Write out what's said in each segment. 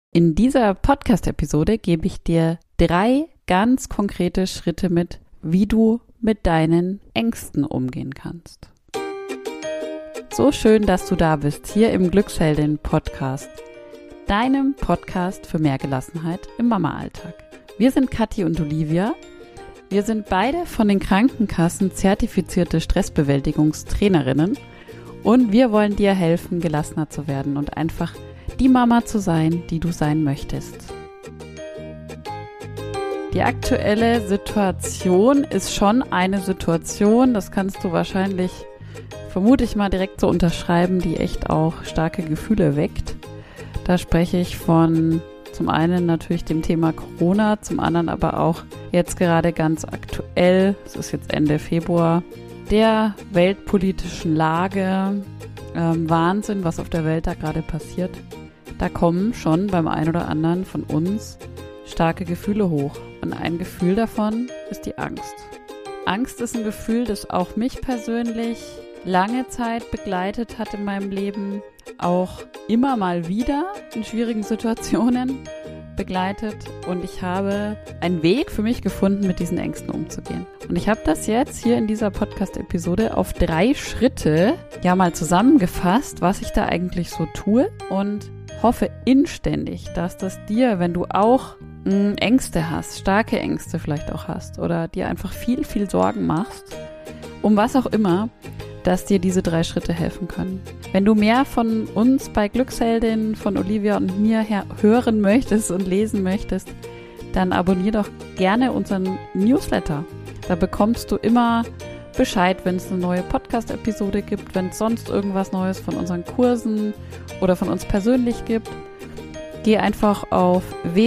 In dieser Podcast-Episode gebe ich dir 3 ganz konkrete Schritte mit, wie du mit deinen Ängsten umgehen kannst. So schön, dass du da bist, hier im Glücksheldin-Podcast, deinem Podcast für mehr Gelassenheit im Mama-Alltag. Wir sind Kathi und Olivia. Wir sind beide von den Krankenkassen zertifizierte Stressbewältigungstrainerinnen und wir wollen dir helfen, gelassener zu werden und einfach die Mama zu sein, die du sein möchtest. Die aktuelle Situation ist schon eine Situation, das kannst du wahrscheinlich, vermute ich mal, direkt so unterschreiben, die echt auch starke Gefühle weckt. Da spreche ich von zum einen natürlich dem Thema Corona, zum anderen aber auch jetzt gerade ganz aktuell, es ist jetzt Ende Februar, der weltpolitischen Lage, Wahnsinn, was auf der Welt da gerade passiert. Da kommen schon beim einen oder anderen von uns starke Gefühle hoch. Und ein Gefühl davon ist die Angst. Angst ist ein Gefühl, das auch mich persönlich lange Zeit begleitet hat in meinem Leben, auch immer mal wieder in schwierigen Situationen begleitet. Und ich habe einen Weg für mich gefunden, mit diesen Ängsten umzugehen. Und ich habe das jetzt hier in dieser Podcast-Episode auf 3 Schritte ja mal zusammengefasst, was ich da eigentlich so tue, und hoffe inständig, dass das dir, wenn du auch Ängste hast, starke Ängste vielleicht auch hast oder dir einfach viel, viel Sorgen machst, um was auch immer, dass dir diese 3 Schritte helfen können. Wenn du mehr von uns bei Glücksheldin, von Olivia und mir hören möchtest und lesen möchtest, dann abonnier doch gerne unseren Newsletter. Da bekommst du immer Bescheid, wenn es eine neue Podcast-Episode gibt, wenn es sonst irgendwas Neues von unseren Kursen oder von uns persönlich gibt. Geh einfach auf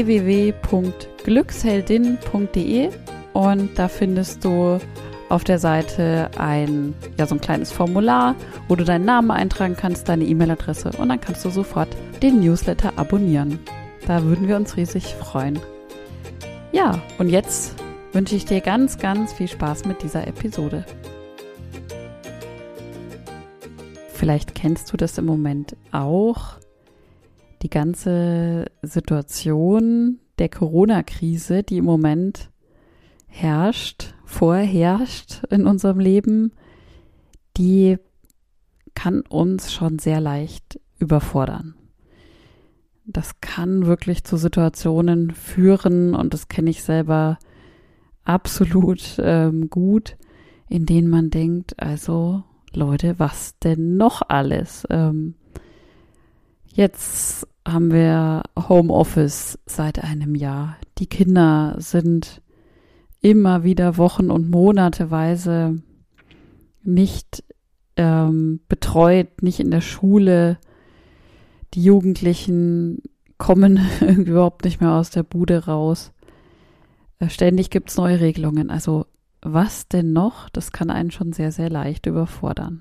www.glücksheldin.de und da findest du auf der Seite so ein kleines Formular, wo du deinen Namen eintragen kannst, deine E-Mail-Adresse, und dann kannst du sofort den Newsletter abonnieren. Da würden wir uns riesig freuen. Ja, und jetzt wünsche ich dir ganz, ganz viel Spaß mit dieser Episode. Vielleicht kennst du das im Moment auch, die ganze Situation der Corona-Krise, die im Moment vorherrscht in unserem Leben, die kann uns schon sehr leicht überfordern. Das kann wirklich zu Situationen führen, und das kenne ich selber absolut gut, in denen man denkt, also Leute, was denn noch alles? Jetzt haben wir Homeoffice seit einem Jahr. Die Kinder sind immer wieder Wochen- und Monateweise nicht betreut, nicht in der Schule. Die Jugendlichen kommen überhaupt nicht mehr aus der Bude raus. Ständig gibt es neue Regelungen. Also was denn noch? Das kann einen schon sehr, sehr leicht überfordern.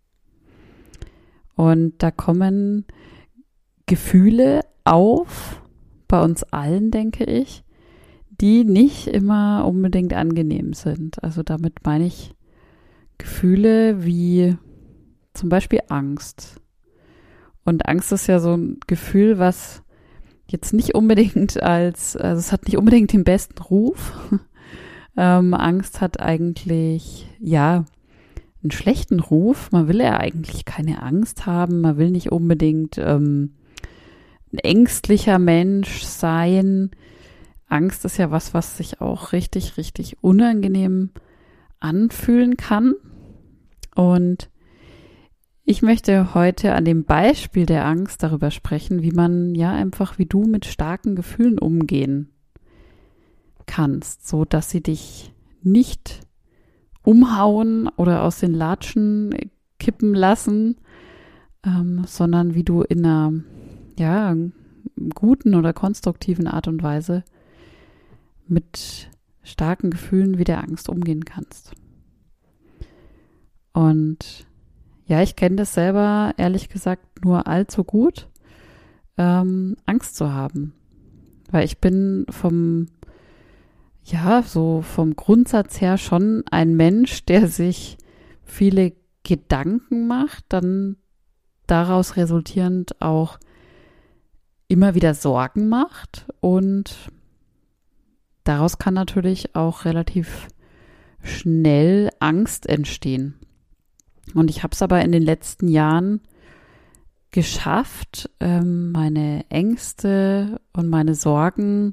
Und da kommen Gefühle auf, bei uns allen, denke ich, die nicht immer unbedingt angenehm sind. Also damit meine ich Gefühle wie zum Beispiel Angst. Und Angst ist ja so ein Gefühl, was jetzt nicht unbedingt es hat nicht unbedingt den besten Ruf. Angst hat eigentlich, einen schlechten Ruf. Man will ja eigentlich keine Angst haben. Man will nicht unbedingt ein ängstlicher Mensch sein. Angst ist ja was sich auch richtig, richtig unangenehm anfühlen kann. Und ich möchte heute an dem Beispiel der Angst darüber sprechen, wie man einfach wie du mit starken Gefühlen umgehen kannst, so dass sie dich nicht umhauen oder aus den Latschen kippen lassen, sondern wie du in einer guten oder konstruktiven Art und Weise mit starken Gefühlen wie der Angst umgehen kannst. Und ich kenne das selber, ehrlich gesagt, nur allzu gut, Angst zu haben. Weil ich bin vom Grundsatz her schon ein Mensch, der sich viele Gedanken macht, dann daraus resultierend auch immer wieder Sorgen macht und daraus kann natürlich auch relativ schnell Angst entstehen. Und ich habe es aber in den letzten Jahren geschafft, meine Ängste und meine Sorgen,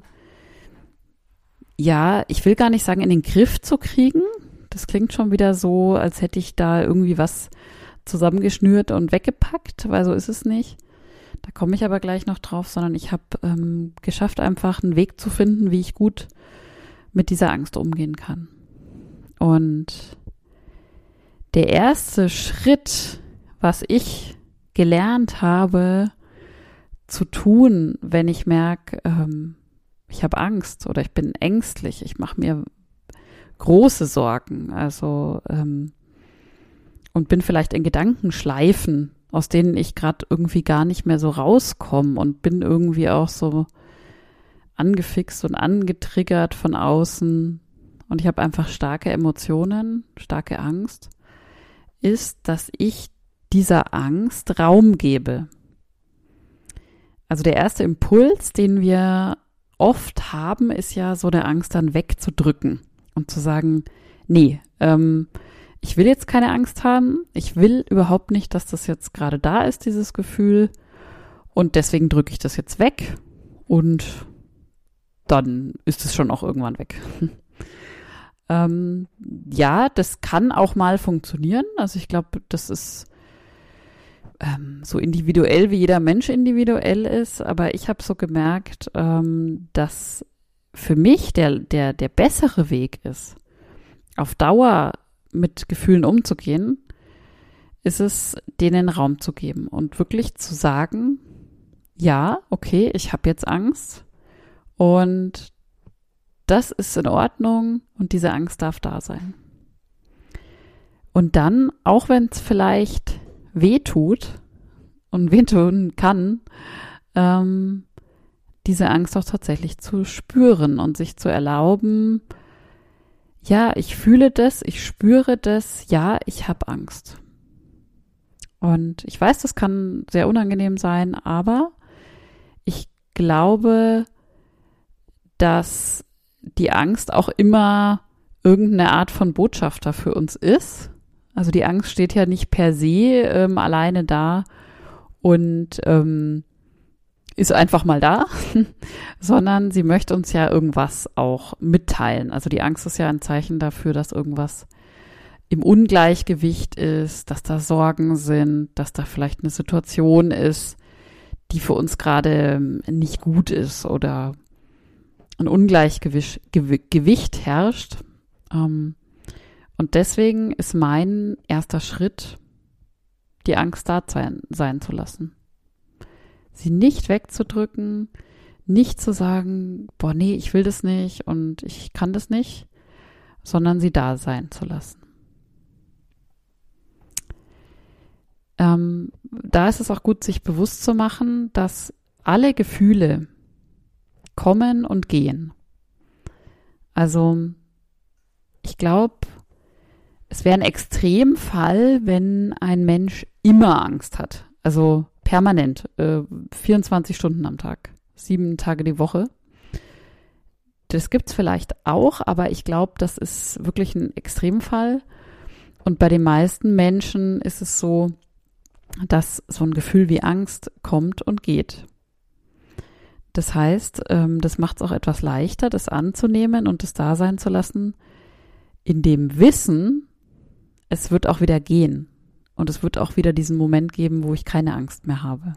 ja, ich will gar nicht sagen, in den Griff zu kriegen. Das klingt schon wieder so, als hätte ich da irgendwie was zusammengeschnürt und weggepackt, weil so ist es nicht. Da komme ich aber gleich noch drauf, sondern ich habe geschafft, einfach einen Weg zu finden, wie ich gut mit dieser Angst umgehen kann. Und der erste Schritt, was ich gelernt habe zu tun, wenn ich merke, ich habe Angst oder ich bin ängstlich, ich mache mir große Sorgen, also und bin vielleicht in Gedankenschleifen, aus denen ich gerade irgendwie gar nicht mehr so rauskomme und bin irgendwie auch so angefixt und angetriggert von außen und ich habe einfach starke Emotionen, starke Angst, ist, dass ich dieser Angst Raum gebe. Also der erste Impuls, den wir oft haben, ist ja so der Angst dann wegzudrücken und zu sagen, nee, ich will jetzt keine Angst haben, ich will überhaupt nicht, dass das jetzt gerade da ist, dieses Gefühl und deswegen drücke ich das jetzt weg und dann ist es schon auch irgendwann weg. Ja, das kann auch mal funktionieren, also ich glaube, das ist so individuell, wie jeder Mensch individuell ist, aber ich habe so gemerkt, dass für mich der bessere Weg ist, auf Dauer mit Gefühlen umzugehen, ist es, denen Raum zu geben und wirklich zu sagen, ja, okay, ich habe jetzt Angst und das ist in Ordnung und diese Angst darf da sein. Und dann, auch wenn es vielleicht wehtut und wehtun kann, diese Angst auch tatsächlich zu spüren und sich zu erlauben, ja, ich fühle das, ich spüre das, ja, ich habe Angst. Und ich weiß, das kann sehr unangenehm sein, aber ich glaube, dass die Angst auch immer irgendeine Art von Botschafter für uns ist. Also die Angst steht ja nicht per se alleine da und ist einfach mal da, sondern sie möchte uns ja irgendwas auch mitteilen. Also die Angst ist ja ein Zeichen dafür, dass irgendwas im Ungleichgewicht ist, dass da Sorgen sind, dass da vielleicht eine Situation ist, die für uns gerade nicht gut ist oder ein Ungleichgewicht herrscht. Und deswegen ist mein erster Schritt, die Angst da sein zu lassen. Sie nicht wegzudrücken, nicht zu sagen, boah, nee, ich will das nicht und ich kann das nicht, sondern sie da sein zu lassen. Da ist es auch gut, sich bewusst zu machen, dass alle Gefühle kommen und gehen. Also ich glaube, es wäre ein Extremfall, wenn ein Mensch immer Angst hat. Also permanent, 24 Stunden am Tag, 7 Tage die Woche. Das gibt's vielleicht auch, aber ich glaube, das ist wirklich ein Extremfall. Und bei den meisten Menschen ist es so, dass so ein Gefühl wie Angst kommt und geht. Das heißt, das macht es auch etwas leichter, das anzunehmen und das da sein zu lassen, in dem Wissen, es wird auch wieder gehen. Und es wird auch wieder diesen Moment geben, wo ich keine Angst mehr habe.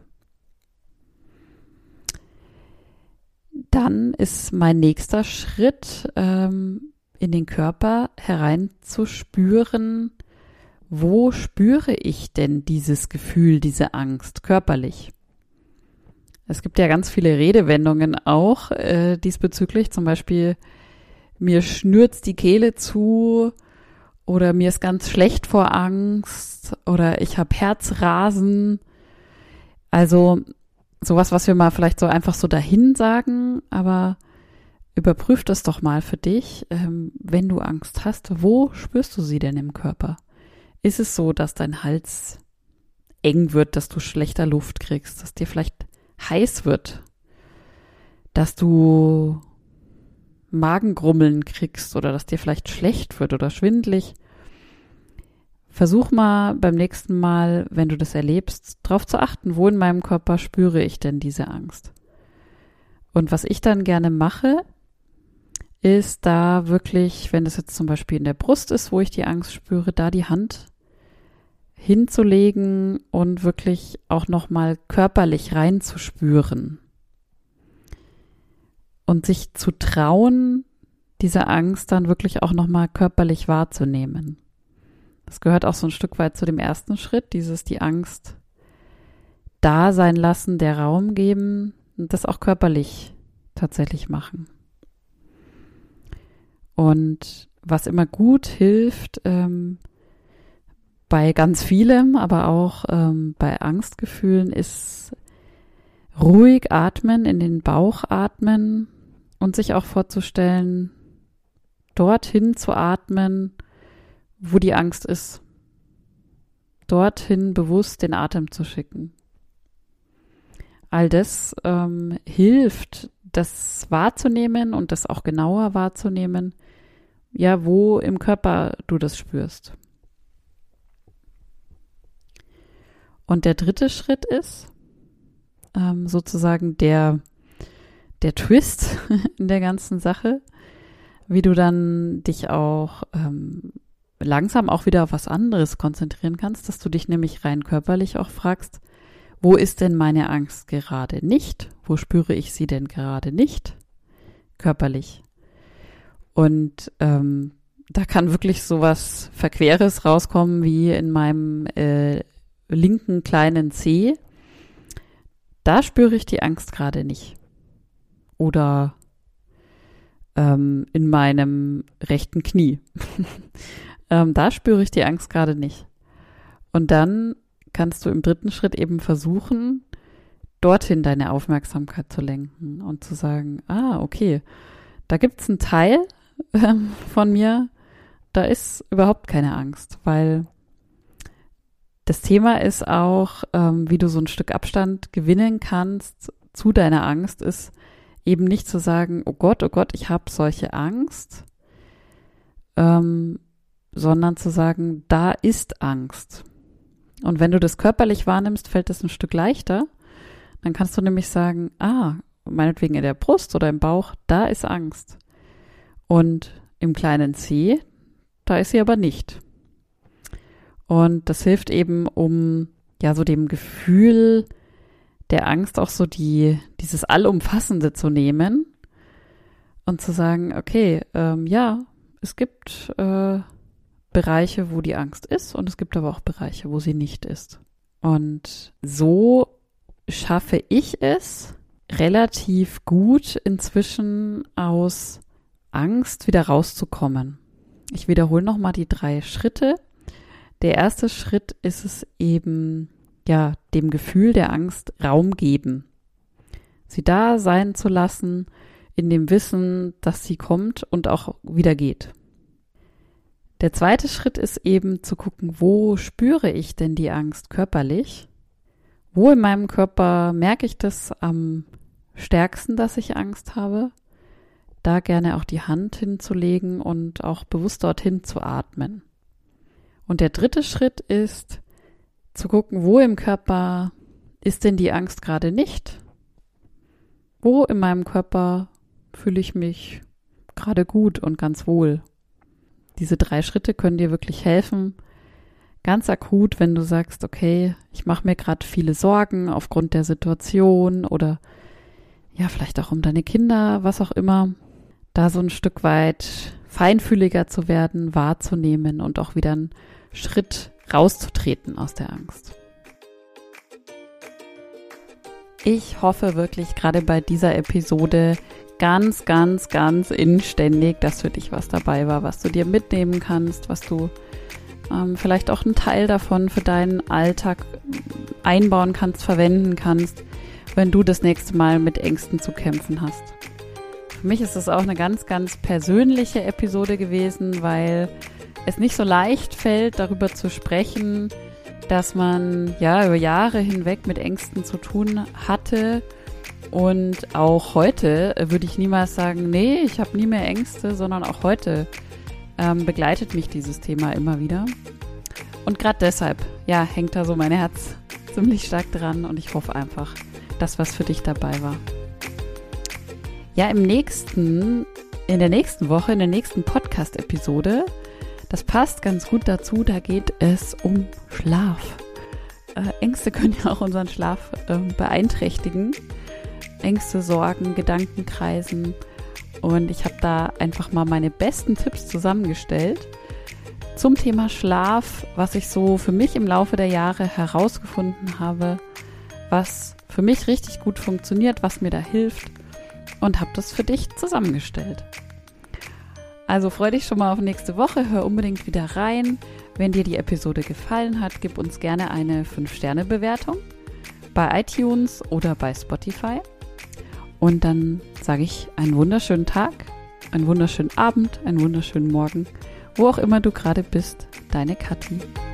Dann ist mein nächster Schritt, in den Körper hereinzuspüren, wo spüre ich denn dieses Gefühl, diese Angst körperlich? Es gibt ja ganz viele Redewendungen auch diesbezüglich, zum Beispiel mir schnürt's die Kehle zu oder mir ist ganz schlecht vor Angst oder ich habe Herzrasen. Also sowas, was wir mal vielleicht so einfach so dahin sagen, aber überprüf das doch mal für dich, wenn du Angst hast, wo spürst du sie denn im Körper? Ist es so, dass dein Hals eng wird, dass du schlechter Luft kriegst, dass dir vielleicht heiß wird, dass du Magengrummeln kriegst oder dass dir vielleicht schlecht wird oder schwindelig. Versuch mal beim nächsten Mal, wenn du das erlebst, darauf zu achten, wo in meinem Körper spüre ich denn diese Angst. Und was ich dann gerne mache, ist da wirklich, wenn das jetzt zum Beispiel in der Brust ist, wo ich die Angst spüre, da die Hand hinzulegen und wirklich auch nochmal körperlich reinzuspüren. Und sich zu trauen, diese Angst dann wirklich auch nochmal körperlich wahrzunehmen. Das gehört auch so ein Stück weit zu dem ersten Schritt, die Angst da sein lassen, der Raum geben und das auch körperlich tatsächlich machen. Und was immer gut hilft, bei ganz vielem, aber auch bei Angstgefühlen, ist ruhig atmen, in den Bauch atmen und sich auch vorzustellen, dorthin zu atmen, wo die Angst ist. Dorthin bewusst den Atem zu schicken. All das hilft, das wahrzunehmen und das auch genauer wahrzunehmen, ja, wo im Körper du das spürst. Und der dritte Schritt ist sozusagen der Twist in der ganzen Sache, wie du dann dich auch langsam auch wieder auf was anderes konzentrieren kannst, dass du dich nämlich rein körperlich auch fragst, wo ist denn meine Angst gerade nicht? Wo spüre ich sie denn gerade nicht? Körperlich. Und da kann wirklich sowas Verqueres rauskommen wie in meinem linken kleinen Zeh. Da spüre ich die Angst gerade nicht. Oder in meinem rechten Knie. Da spüre ich die Angst gerade nicht. Und dann kannst du im dritten Schritt eben versuchen, dorthin deine Aufmerksamkeit zu lenken und zu sagen, okay, da gibt es einen Teil von mir, da ist überhaupt keine Angst, weil das Thema ist auch, wie du so ein Stück Abstand gewinnen kannst zu deiner Angst, ist eben nicht zu sagen, oh Gott, ich habe solche Angst, sondern zu sagen, da ist Angst. Und wenn du das körperlich wahrnimmst, fällt es ein Stück leichter. Dann kannst du nämlich sagen, meinetwegen in der Brust oder im Bauch, da ist Angst. Und im kleinen Zeh, da ist sie aber nicht. Und das hilft eben, um ja so dem Gefühl der Angst auch so dieses Allumfassende zu nehmen und zu sagen, okay, es gibt Bereiche, wo die Angst ist und es gibt aber auch Bereiche, wo sie nicht ist. Und so schaffe ich es relativ gut inzwischen aus Angst wieder rauszukommen. Ich wiederhole nochmal die 3 Schritte. Der erste Schritt ist es eben, dem Gefühl der Angst Raum geben. Sie da sein zu lassen, in dem Wissen, dass sie kommt und auch wieder geht. Der zweite Schritt ist eben zu gucken, wo spüre ich denn die Angst körperlich? Wo in meinem Körper merke ich das am stärksten, dass ich Angst habe? Da gerne auch die Hand hinzulegen und auch bewusst dorthin zu atmen. Und der dritte Schritt ist zu gucken, wo im Körper ist denn die Angst gerade nicht? Wo in meinem Körper fühle ich mich gerade gut und ganz wohl? Diese 3 Schritte können dir wirklich helfen, ganz akut, wenn du sagst, okay, ich mache mir gerade viele Sorgen aufgrund der Situation oder vielleicht auch um deine Kinder, was auch immer, da so ein Stück weit feinfühliger zu werden, wahrzunehmen und auch wieder einen Schritt rauszutreten aus der Angst. Ich hoffe wirklich gerade bei dieser Episode ganz, ganz, ganz inständig, dass für dich was dabei war, was du dir mitnehmen kannst, was du vielleicht auch einen Teil davon für deinen Alltag einbauen kannst, verwenden kannst, wenn du das nächste Mal mit Ängsten zu kämpfen hast. Für mich ist es auch eine ganz, ganz persönliche Episode gewesen, weil es nicht so leicht fällt, darüber zu sprechen, dass man über Jahre hinweg mit Ängsten zu tun hatte Und auch heute würde ich niemals sagen, nee, ich habe nie mehr Ängste, sondern auch heute begleitet mich dieses Thema immer wieder. Und gerade deshalb, ja, hängt da so mein Herz ziemlich stark dran und ich hoffe einfach, dass was für dich dabei war. Ja, in der nächsten Woche, in der nächsten Podcast-Episode, das passt ganz gut dazu, da geht es um Schlaf. Ängste können ja auch unseren Schlaf beeinträchtigen. Ängste, Sorgen, Gedanken kreisen. Und ich habe da einfach mal meine besten Tipps zusammengestellt zum Thema Schlaf, was ich so für mich im Laufe der Jahre herausgefunden habe, was für mich richtig gut funktioniert, was mir da hilft und habe das für dich zusammengestellt. Also freu dich schon mal auf nächste Woche, hör unbedingt wieder rein. Wenn dir die Episode gefallen hat, gib uns gerne eine 5-Sterne-Bewertung bei iTunes oder bei Spotify. Und dann sage ich einen wunderschönen Tag, einen wunderschönen Abend, einen wunderschönen Morgen, wo auch immer du gerade bist. Deine Kathi.